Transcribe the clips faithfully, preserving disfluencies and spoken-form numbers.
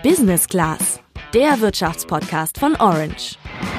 Business Class, der Wirtschaftspodcast von Orange.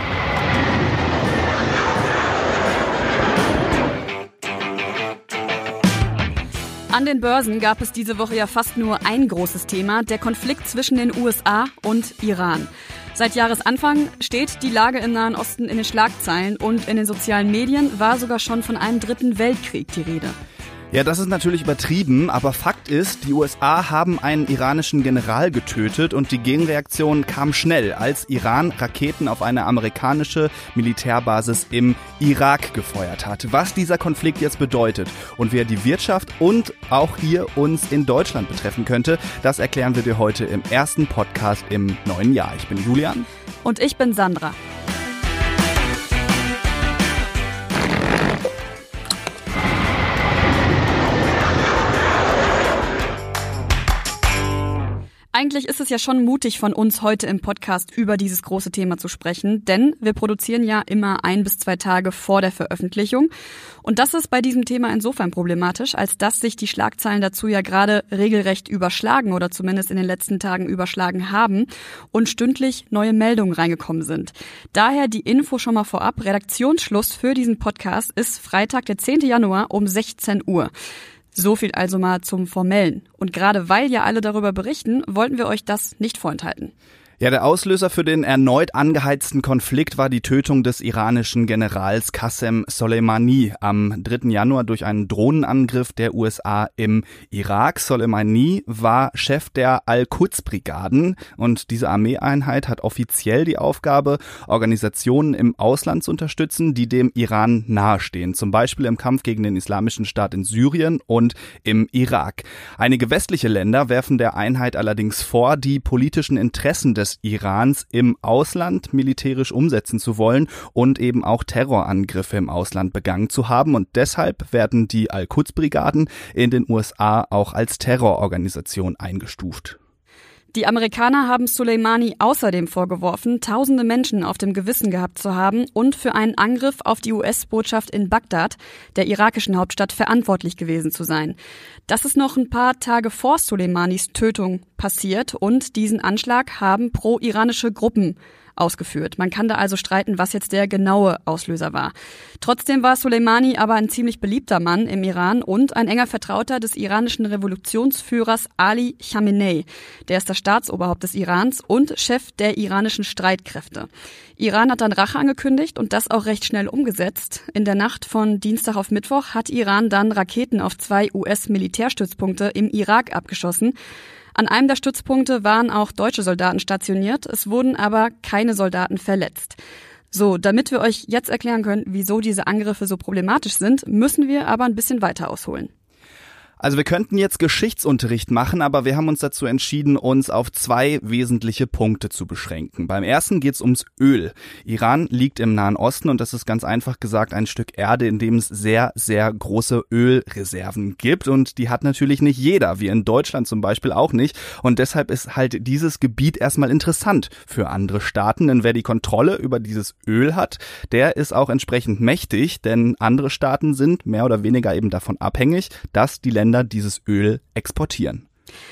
An den Börsen gab es diese Woche ja fast nur ein großes Thema, der Konflikt zwischen den U S A und Iran. Seit Jahresanfang steht die Lage im Nahen Osten in den Schlagzeilen und in den sozialen Medien war sogar schon von einem dritten Weltkrieg die Rede. Ja, das ist natürlich übertrieben, aber Fakt ist, die U S A haben einen iranischen General getötet und die Gegenreaktion kam schnell, als Iran Raketen auf eine amerikanische Militärbasis im Irak gefeuert hat. Was dieser Konflikt jetzt bedeutet und wie er die Wirtschaft und auch hier uns in Deutschland betreffen könnte, das erklären wir dir heute im ersten Podcast im neuen Jahr. Ich bin Julian. Und ich bin Sandra. Eigentlich ist es ja schon mutig von uns, heute im Podcast über dieses große Thema zu sprechen, denn wir produzieren ja immer ein bis zwei Tage vor der Veröffentlichung. Und das ist bei diesem Thema insofern problematisch, als dass sich die Schlagzeilen dazu ja gerade regelrecht überschlagen oder zumindest in den letzten Tagen überschlagen haben und stündlich neue Meldungen reingekommen sind. Daher die Info schon mal vorab. Redaktionsschluss für diesen Podcast ist Freitag, der zehnten Januar um sechzehn Uhr. So viel also mal zum Formellen. Und gerade weil ja alle darüber berichten, wollten wir euch das nicht vorenthalten. Ja, der Auslöser für den erneut angeheizten Konflikt war die Tötung des iranischen Generals Qasem Soleimani am dritten Januar durch einen Drohnenangriff der U S A im Irak. Soleimani war Chef der Al-Quds-Brigaden und diese Armeeeinheit hat offiziell die Aufgabe, Organisationen im Ausland zu unterstützen, die dem Iran nahestehen, zum Beispiel im Kampf gegen den Islamischen Staat in Syrien und im Irak. Einige westliche Länder werfen der Einheit allerdings vor, die politischen Interessen des Irans im Ausland militärisch umsetzen zu wollen und eben auch Terrorangriffe im Ausland begangen zu haben. Und deshalb werden die Al-Quds-Brigaden in den U S A auch als Terrororganisation eingestuft. Die Amerikaner haben Soleimani außerdem vorgeworfen, tausende Menschen auf dem Gewissen gehabt zu haben und für einen Angriff auf die U S-Botschaft in Bagdad, der irakischen Hauptstadt, verantwortlich gewesen zu sein. Das ist noch ein paar Tage vor Soleimanis Tötung passiert und diesen Anschlag haben pro-iranische Gruppen ausgeführt. Man kann da also streiten, was jetzt der genaue Auslöser war. Trotzdem war Soleimani aber ein ziemlich beliebter Mann im Iran und ein enger Vertrauter des iranischen Revolutionsführers Ali Khamenei. Der ist das Staatsoberhaupt des Irans und Chef der iranischen Streitkräfte. Iran hat dann Rache angekündigt und das auch recht schnell umgesetzt. In der Nacht von Dienstag auf Mittwoch hat Iran dann Raketen auf zwei U S-Militärstützpunkte im Irak abgeschossen. An einem der Stützpunkte waren auch deutsche Soldaten stationiert, es wurden aber keine Soldaten verletzt. So, damit wir euch jetzt erklären können, wieso diese Angriffe so problematisch sind, müssen wir aber ein bisschen weiter ausholen. Also wir könnten jetzt Geschichtsunterricht machen, aber wir haben uns dazu entschieden, uns auf zwei wesentliche Punkte zu beschränken. Beim ersten geht es ums Öl. Iran liegt im Nahen Osten und das ist ganz einfach gesagt ein Stück Erde, in dem es sehr, sehr große Ölreserven gibt. Und die hat natürlich nicht jeder, wie in Deutschland zum Beispiel auch nicht. Und deshalb ist halt dieses Gebiet erstmal interessant für andere Staaten. Denn wer die Kontrolle über dieses Öl hat, der ist auch entsprechend mächtig. Denn andere Staaten sind mehr oder weniger eben davon abhängig, dass die Länder dieses Öl exportieren.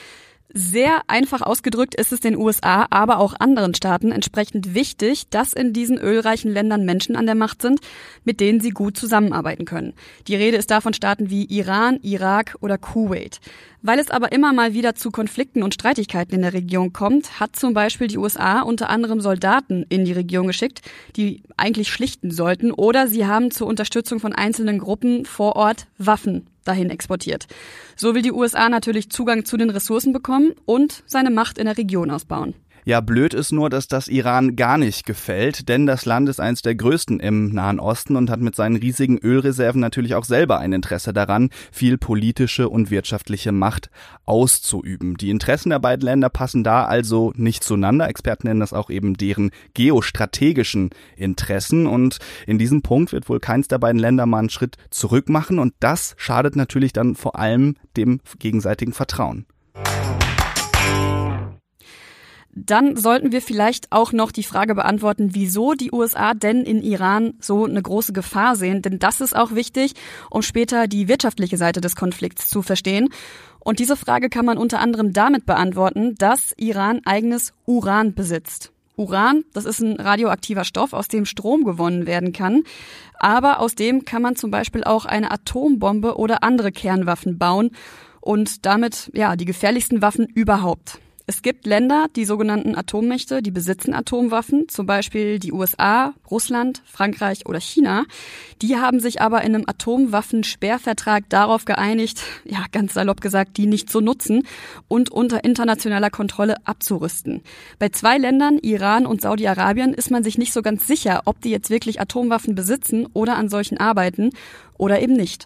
Sehr einfach ausgedrückt ist es den U S A, aber auch anderen Staaten entsprechend wichtig, dass in diesen ölreichen Ländern Menschen an der Macht sind, mit denen sie gut zusammenarbeiten können. Die Rede ist da von Staaten wie Iran, Irak oder Kuwait. Weil es aber immer mal wieder zu Konflikten und Streitigkeiten in der Region kommt, hat zum Beispiel die U S A unter anderem Soldaten in die Region geschickt, die eigentlich schlichten sollten, oder sie haben zur Unterstützung von einzelnen Gruppen vor Ort Waffen dahin exportiert. So will die U S A natürlich Zugang zu den Ressourcen bekommen und seine Macht in der Region ausbauen. Ja, blöd ist nur, dass das Iran gar nicht gefällt, denn das Land ist eines der größten im Nahen Osten und hat mit seinen riesigen Ölreserven natürlich auch selber ein Interesse daran, viel politische und wirtschaftliche Macht auszuüben. Die Interessen der beiden Länder passen da also nicht zueinander. Experten nennen das auch eben deren geostrategischen Interessen und in diesem Punkt wird wohl keins der beiden Länder mal einen Schritt zurück machen und das schadet natürlich dann vor allem dem gegenseitigen Vertrauen. Dann sollten wir vielleicht auch noch die Frage beantworten, wieso die U S A denn in Iran so eine große Gefahr sehen. Denn das ist auch wichtig, um später die wirtschaftliche Seite des Konflikts zu verstehen. Und diese Frage kann man unter anderem damit beantworten, dass Iran eigenes Uran besitzt. Uran, das ist ein radioaktiver Stoff, aus dem Strom gewonnen werden kann. Aber aus dem kann man zum Beispiel auch eine Atombombe oder andere Kernwaffen bauen und damit ja die gefährlichsten Waffen überhaupt. Es gibt Länder, die sogenannten Atommächte, die besitzen Atomwaffen, zum Beispiel die U S A, Russland, Frankreich oder China. Die haben sich aber in einem Atomwaffensperrvertrag darauf geeinigt, ja ganz salopp gesagt, die nicht zu nutzen und unter internationaler Kontrolle abzurüsten. Bei zwei Ländern, Iran und Saudi-Arabien, ist man sich nicht so ganz sicher, ob die jetzt wirklich Atomwaffen besitzen oder an solchen arbeiten oder eben nicht.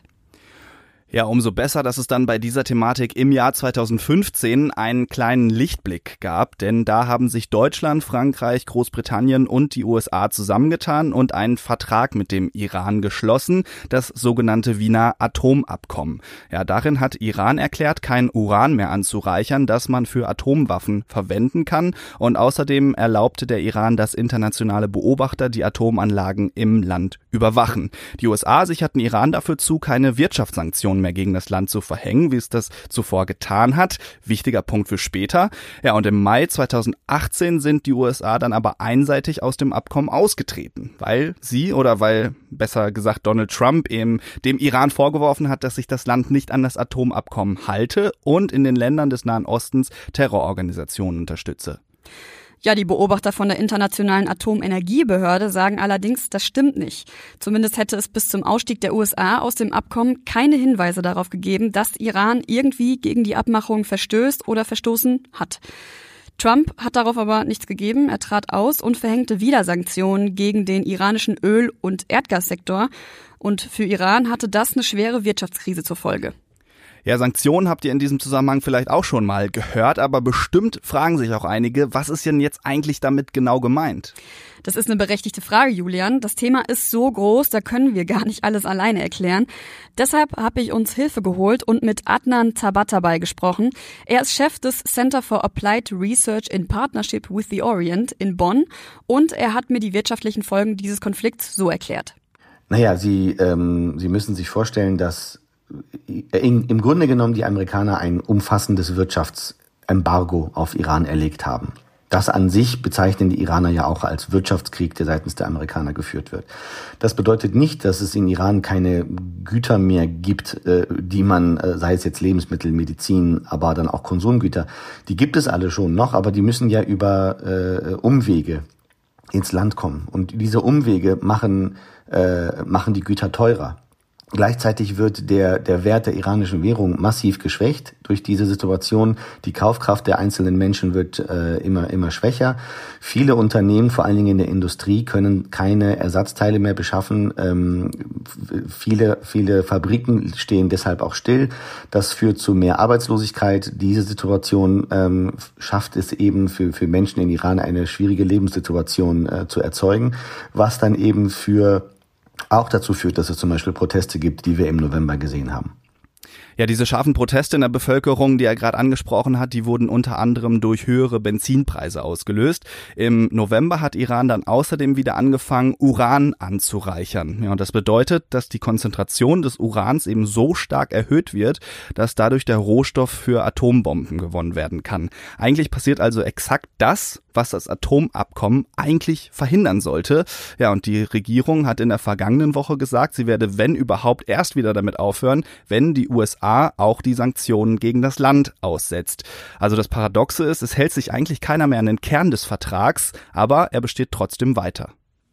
Ja, umso besser, dass es dann bei dieser Thematik im Jahr zweitausendfünfzehn einen kleinen Lichtblick gab, denn da haben sich Deutschland, Frankreich, Großbritannien und die U S A zusammengetan und einen Vertrag mit dem Iran geschlossen, das sogenannte Wiener Atomabkommen. Ja, darin hat Iran erklärt, kein Uran mehr anzureichern, das man für Atomwaffen verwenden kann, und außerdem erlaubte der Iran, dass internationale Beobachter die Atomanlagen im Land überwachen. Die U S A sicherten Iran dafür zu, keine Wirtschaftssanktionen mehr gegen das Land zu verhängen, wie es das zuvor getan hat. Wichtiger Punkt für später. Ja, und im Mai zweitausendachtzehn sind die U S A dann aber einseitig aus dem Abkommen ausgetreten, weil sie oder weil, besser gesagt, Donald Trump eben dem Iran vorgeworfen hat, dass sich das Land nicht an das Atomabkommen halte und in den Ländern des Nahen Ostens Terrororganisationen unterstütze. Ja, die Beobachter von der Internationalen Atomenergiebehörde sagen allerdings, das stimmt nicht. Zumindest hätte es bis zum Ausstieg der U S A aus dem Abkommen keine Hinweise darauf gegeben, dass Iran irgendwie gegen die Abmachung verstößt oder verstoßen hat. Trump hat darauf aber nichts gegeben. Er trat aus und verhängte wieder Sanktionen gegen den iranischen Öl- und Erdgassektor. Und für Iran hatte das eine schwere Wirtschaftskrise zur Folge. Ja, Sanktionen habt ihr in diesem Zusammenhang vielleicht auch schon mal gehört, aber bestimmt fragen sich auch einige, was ist denn jetzt eigentlich damit genau gemeint? Das ist eine berechtigte Frage, Julian. Das Thema ist so groß, da können wir gar nicht alles alleine erklären. Deshalb habe ich uns Hilfe geholt und mit Adnan Tabatabai gesprochen. Er ist Chef des Center for Applied Research in Partnership with the Orient in Bonn und er hat mir die wirtschaftlichen Folgen dieses Konflikts so erklärt. Naja, Sie, ähm, Sie müssen sich vorstellen, dass in, im Grunde genommen die Amerikaner ein umfassendes Wirtschaftsembargo auf Iran erlegt haben. Das an sich bezeichnen die Iraner ja auch als Wirtschaftskrieg, der seitens der Amerikaner geführt wird. Das bedeutet nicht, dass es in Iran keine Güter mehr gibt, die man, sei es jetzt Lebensmittel, Medizin, aber dann auch Konsumgüter, die gibt es alle schon noch, aber die müssen ja über äh, Umwege ins Land kommen. Und diese Umwege machen, äh, machen die Güter teurer. Gleichzeitig wird der, der Wert der iranischen Währung massiv geschwächt durch diese Situation. Die Kaufkraft der einzelnen Menschen wird äh, immer, immer schwächer. Viele Unternehmen, vor allen Dingen in der Industrie, können keine Ersatzteile mehr beschaffen. Ähm, viele, viele Fabriken stehen deshalb auch still. Das führt zu mehr Arbeitslosigkeit. Diese Situation ähm, schafft es eben für, für Menschen in Iran eine schwierige Lebenssituation äh, zu erzeugen, was dann eben für auch dazu führt, dass es zum Beispiel Proteste gibt, die wir im November gesehen haben. Ja, diese scharfen Proteste in der Bevölkerung, die er gerade angesprochen hat, die wurden unter anderem durch höhere Benzinpreise ausgelöst. Im November hat Iran dann außerdem wieder angefangen, Uran anzureichern. Ja, und das bedeutet, dass die Konzentration des Urans eben so stark erhöht wird, dass dadurch der Rohstoff für Atombomben gewonnen werden kann. Eigentlich passiert also exakt das, was das Atomabkommen eigentlich verhindern sollte. Ja, und die Regierung hat in der vergangenen Woche gesagt, sie werde, wenn überhaupt, erst wieder damit aufhören, wenn die U S A auch die Sanktionen gegen das Land aussetzt. Also das Paradoxe ist, es hält sich eigentlich keiner mehr an den Kern des Vertrags, aber er besteht trotzdem weiter.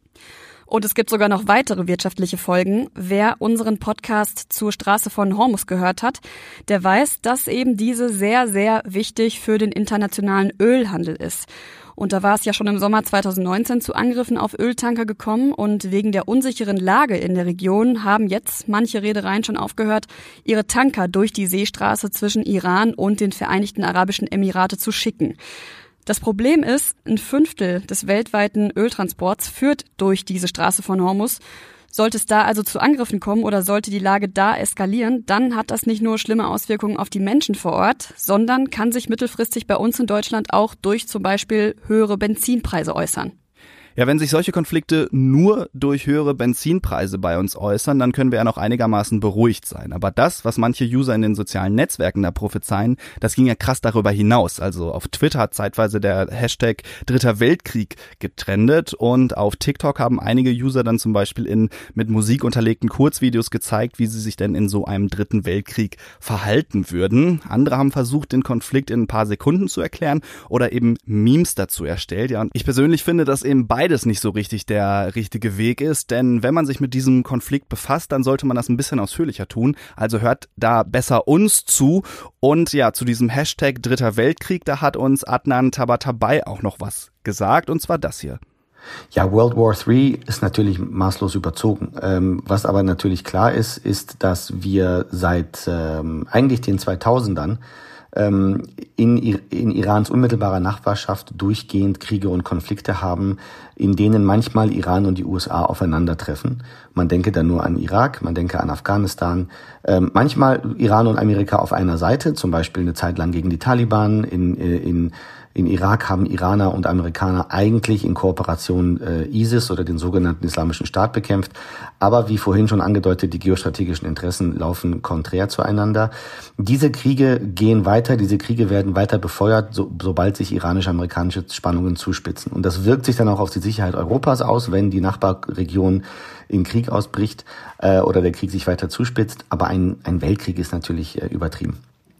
Und es gibt sogar noch weitere wirtschaftliche Folgen. Wer unseren Podcast zur Straße von Hormuz gehört hat, der weiß, dass eben diese sehr, sehr wichtig für den internationalen Ölhandel ist. Und da war es ja schon im Sommer zweitausendneunzehn zu Angriffen auf Öltanker gekommen und wegen der unsicheren Lage in der Region haben jetzt manche Reedereien schon aufgehört, ihre Tanker durch die Seestraße zwischen Iran und den Vereinigten Arabischen Emirate zu schicken. Das Problem ist, ein Fünftel des weltweiten Öltransports führt durch diese Straße von Hormuz. Sollte es da also zu Angriffen kommen oder sollte die Lage da eskalieren, dann hat das nicht nur schlimme Auswirkungen auf die Menschen vor Ort, sondern kann sich mittelfristig bei uns in Deutschland auch durch zum Beispiel höhere Benzinpreise äußern. Ja, wenn sich solche Konflikte nur durch höhere Benzinpreise bei uns äußern, dann können wir ja noch einigermaßen beruhigt sein. Aber das, was manche User in den sozialen Netzwerken da prophezeien, das ging ja krass darüber hinaus. Also auf Twitter hat zeitweise der Hashtag Dritter Weltkrieg getrendet und auf TikTok haben einige User dann zum Beispiel in mit Musik unterlegten Kurzvideos gezeigt, wie sie sich denn in so einem Dritten Weltkrieg verhalten würden. Andere haben versucht, den Konflikt in ein paar Sekunden zu erklären oder eben Memes dazu erstellt. Ja, und ich persönlich finde, dass eben beide beides nicht so richtig der richtige Weg ist, denn wenn man sich mit diesem Konflikt befasst, dann sollte man das ein bisschen ausführlicher tun, also hört da besser uns zu und ja, zu diesem Hashtag Dritter Weltkrieg, da hat uns Adnan Tabatabai auch noch was gesagt und zwar das hier. Ja, World War drei ist natürlich maßlos überzogen. Ähm, was aber natürlich klar ist, ist, dass wir seit ähm, eigentlich den zweitausendern in, in Irans unmittelbarer Nachbarschaft durchgehend Kriege und Konflikte haben, in denen manchmal Iran und die U S A aufeinandertreffen. Man denke da nur an Irak, man denke an Afghanistan. Ähm, manchmal Iran und Amerika auf einer Seite, zum Beispiel eine Zeit lang gegen die Taliban. In, in, in Irak haben Iraner und Amerikaner eigentlich in Kooperation äh, ISIS oder den sogenannten Islamischen Staat bekämpft. Aber wie vorhin schon angedeutet, die geostrategischen Interessen laufen konträr zueinander. Diese Kriege gehen weiter, diese Kriege werden weiter befeuert, so, sobald sich iranisch-amerikanische Spannungen zuspitzen. Und das wirkt sich dann auch auf die Sicherheit Europas aus, wenn die Nachbarregion in Krieg ausbricht äh, oder der Krieg sich weiter zuspitzt. Aber ein, ein Weltkrieg ist natürlich äh, übertrieben.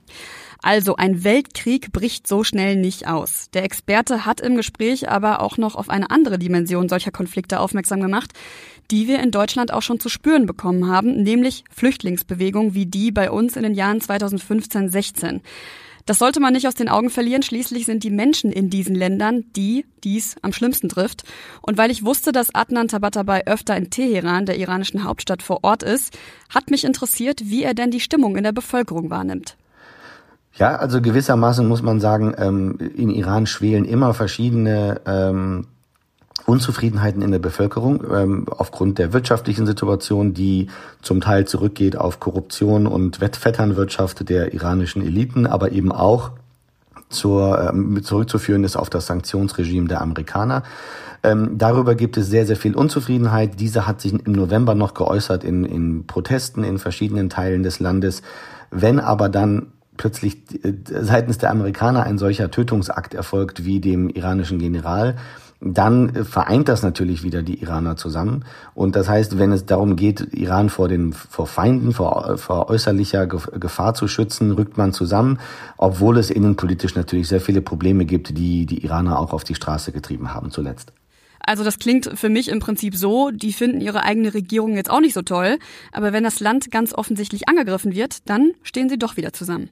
Also ein Weltkrieg bricht so schnell nicht aus. Der Experte hat im Gespräch aber auch noch auf eine andere Dimension solcher Konflikte aufmerksam gemacht, die wir in Deutschland auch schon zu spüren bekommen haben, nämlich Flüchtlingsbewegungen wie die bei uns in den Jahren zweitausendfünfzehn sechzehn. Das sollte man nicht aus den Augen verlieren. Schließlich sind die Menschen in diesen Ländern, die dies am schlimmsten trifft. Und weil ich wusste, dass Adnan Tabatabai öfter in Teheran, der iranischen Hauptstadt, vor Ort ist, hat mich interessiert, wie er denn die Stimmung in der Bevölkerung wahrnimmt. Ja, also gewissermaßen muss man sagen, ähm, in Iran schwelen immer verschiedene ähm, Unzufriedenheiten in der Bevölkerung ähm, aufgrund der wirtschaftlichen Situation, die zum Teil zurückgeht auf Korruption und Wettvetternwirtschaft der iranischen Eliten, aber eben auch zur, ähm, zurückzuführen ist auf das Sanktionsregime der Amerikaner. Ähm, darüber gibt es sehr, sehr viel Unzufriedenheit. Diese hat sich im November noch geäußert in, in Protesten in verschiedenen Teilen des Landes. Wenn aber dann plötzlich seitens der Amerikaner ein solcher Tötungsakt erfolgt wie dem iranischen General, dann vereint das natürlich wieder die Iraner zusammen. Und das heißt, wenn es darum geht, Iran vor den vor Feinden, vor, vor äußerlicher Gefahr zu schützen, rückt man zusammen, obwohl es innenpolitisch natürlich sehr viele Probleme gibt, die die Iraner auch auf die Straße getrieben haben zuletzt. Also das klingt für mich im Prinzip so, die finden ihre eigene Regierung jetzt auch nicht so toll, aber wenn das Land ganz offensichtlich angegriffen wird, dann stehen sie doch wieder zusammen.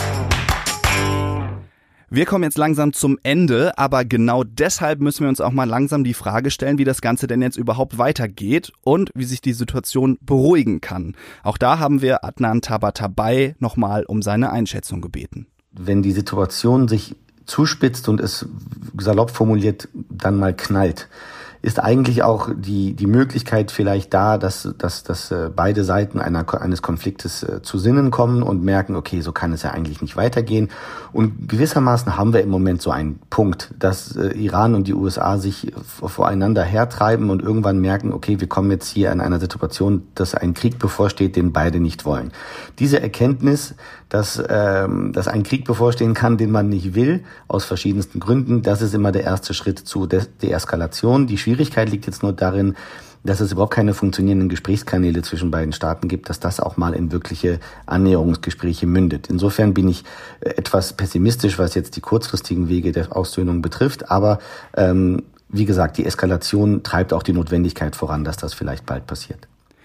Wir kommen jetzt langsam zum Ende, aber genau deshalb müssen wir uns auch mal langsam die Frage stellen, wie das Ganze denn jetzt überhaupt weitergeht und wie sich die Situation beruhigen kann. Auch da haben wir Adnan Tabatabai nochmal um seine Einschätzung gebeten. Wenn die Situation sich zuspitzt und es salopp formuliert dann mal knallt, ist eigentlich auch die die Möglichkeit vielleicht da, dass dass dass beide Seiten einer eines Konfliktes zu Sinnen kommen und merken, okay, so kann es ja eigentlich nicht weitergehen. Und gewissermaßen haben wir im Moment so einen Punkt, dass Iran und die U S A sich voreinander hertreiben und irgendwann merken, okay, wir kommen jetzt hier in einer Situation, dass ein Krieg bevorsteht, den beide nicht wollen. Diese Erkenntnis, dass ähm, dass ein Krieg bevorstehen kann, den man nicht will, aus verschiedensten Gründen, das ist immer der erste Schritt zu De- Deeskalation. Die Schwierigkeit liegt jetzt nur darin, dass es überhaupt keine funktionierenden Gesprächskanäle zwischen beiden Staaten gibt, dass das auch mal in wirkliche Annäherungsgespräche mündet. Insofern bin ich etwas pessimistisch, was jetzt die kurzfristigen Wege der Aussöhnung betrifft, aber ähm, wie gesagt, die Eskalation treibt auch die Notwendigkeit voran, dass das vielleicht bald passiert.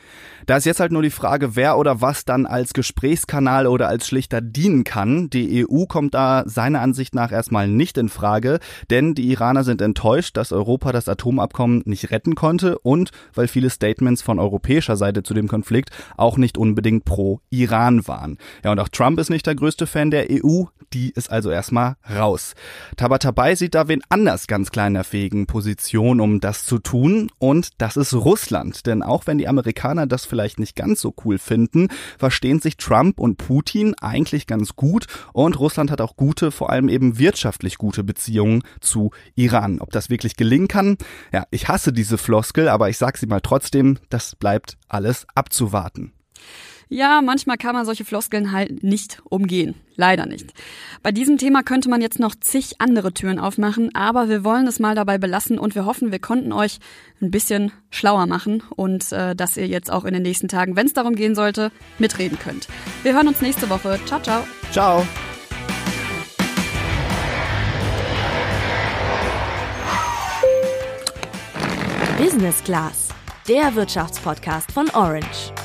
Da ist jetzt halt nur die Frage, wer oder was dann als Gesprächskanal oder als Schlichter dienen kann. Die E U kommt da seiner Ansicht nach erstmal nicht in Frage, denn die Iraner sind enttäuscht, dass Europa das Atomabkommen nicht retten konnte und weil viele Statements von europäischer Seite zu dem Konflikt auch nicht unbedingt pro Iran waren. Ja, und auch Trump ist nicht der größte Fan der E U, die ist also erstmal raus. Tabatabai sieht da wen anders ganz klar in der fähigen Position, um das zu tun, und das ist Russland. Denn auch wenn die Amerikaner das vielleicht nicht ganz so cool finden, verstehen sich Trump und Putin eigentlich ganz gut und Russland hat auch gute, vor allem eben wirtschaftlich gute Beziehungen zu Iran. Ob das wirklich gelingen kann? Ja, ich hasse diese Floskel, aber ich sag sie mal trotzdem, das bleibt alles abzuwarten. Ja, manchmal kann man solche Floskeln halt nicht umgehen. Leider nicht. Bei diesem Thema könnte man jetzt noch zig andere Türen aufmachen, aber wir wollen es mal dabei belassen und wir hoffen, wir konnten euch ein bisschen schlauer machen und äh, dass ihr jetzt auch in den nächsten Tagen, wenn es darum gehen sollte, mitreden könnt. Wir hören uns nächste Woche. Ciao, ciao. Ciao. Business Class, der Wirtschaftspodcast von Orange.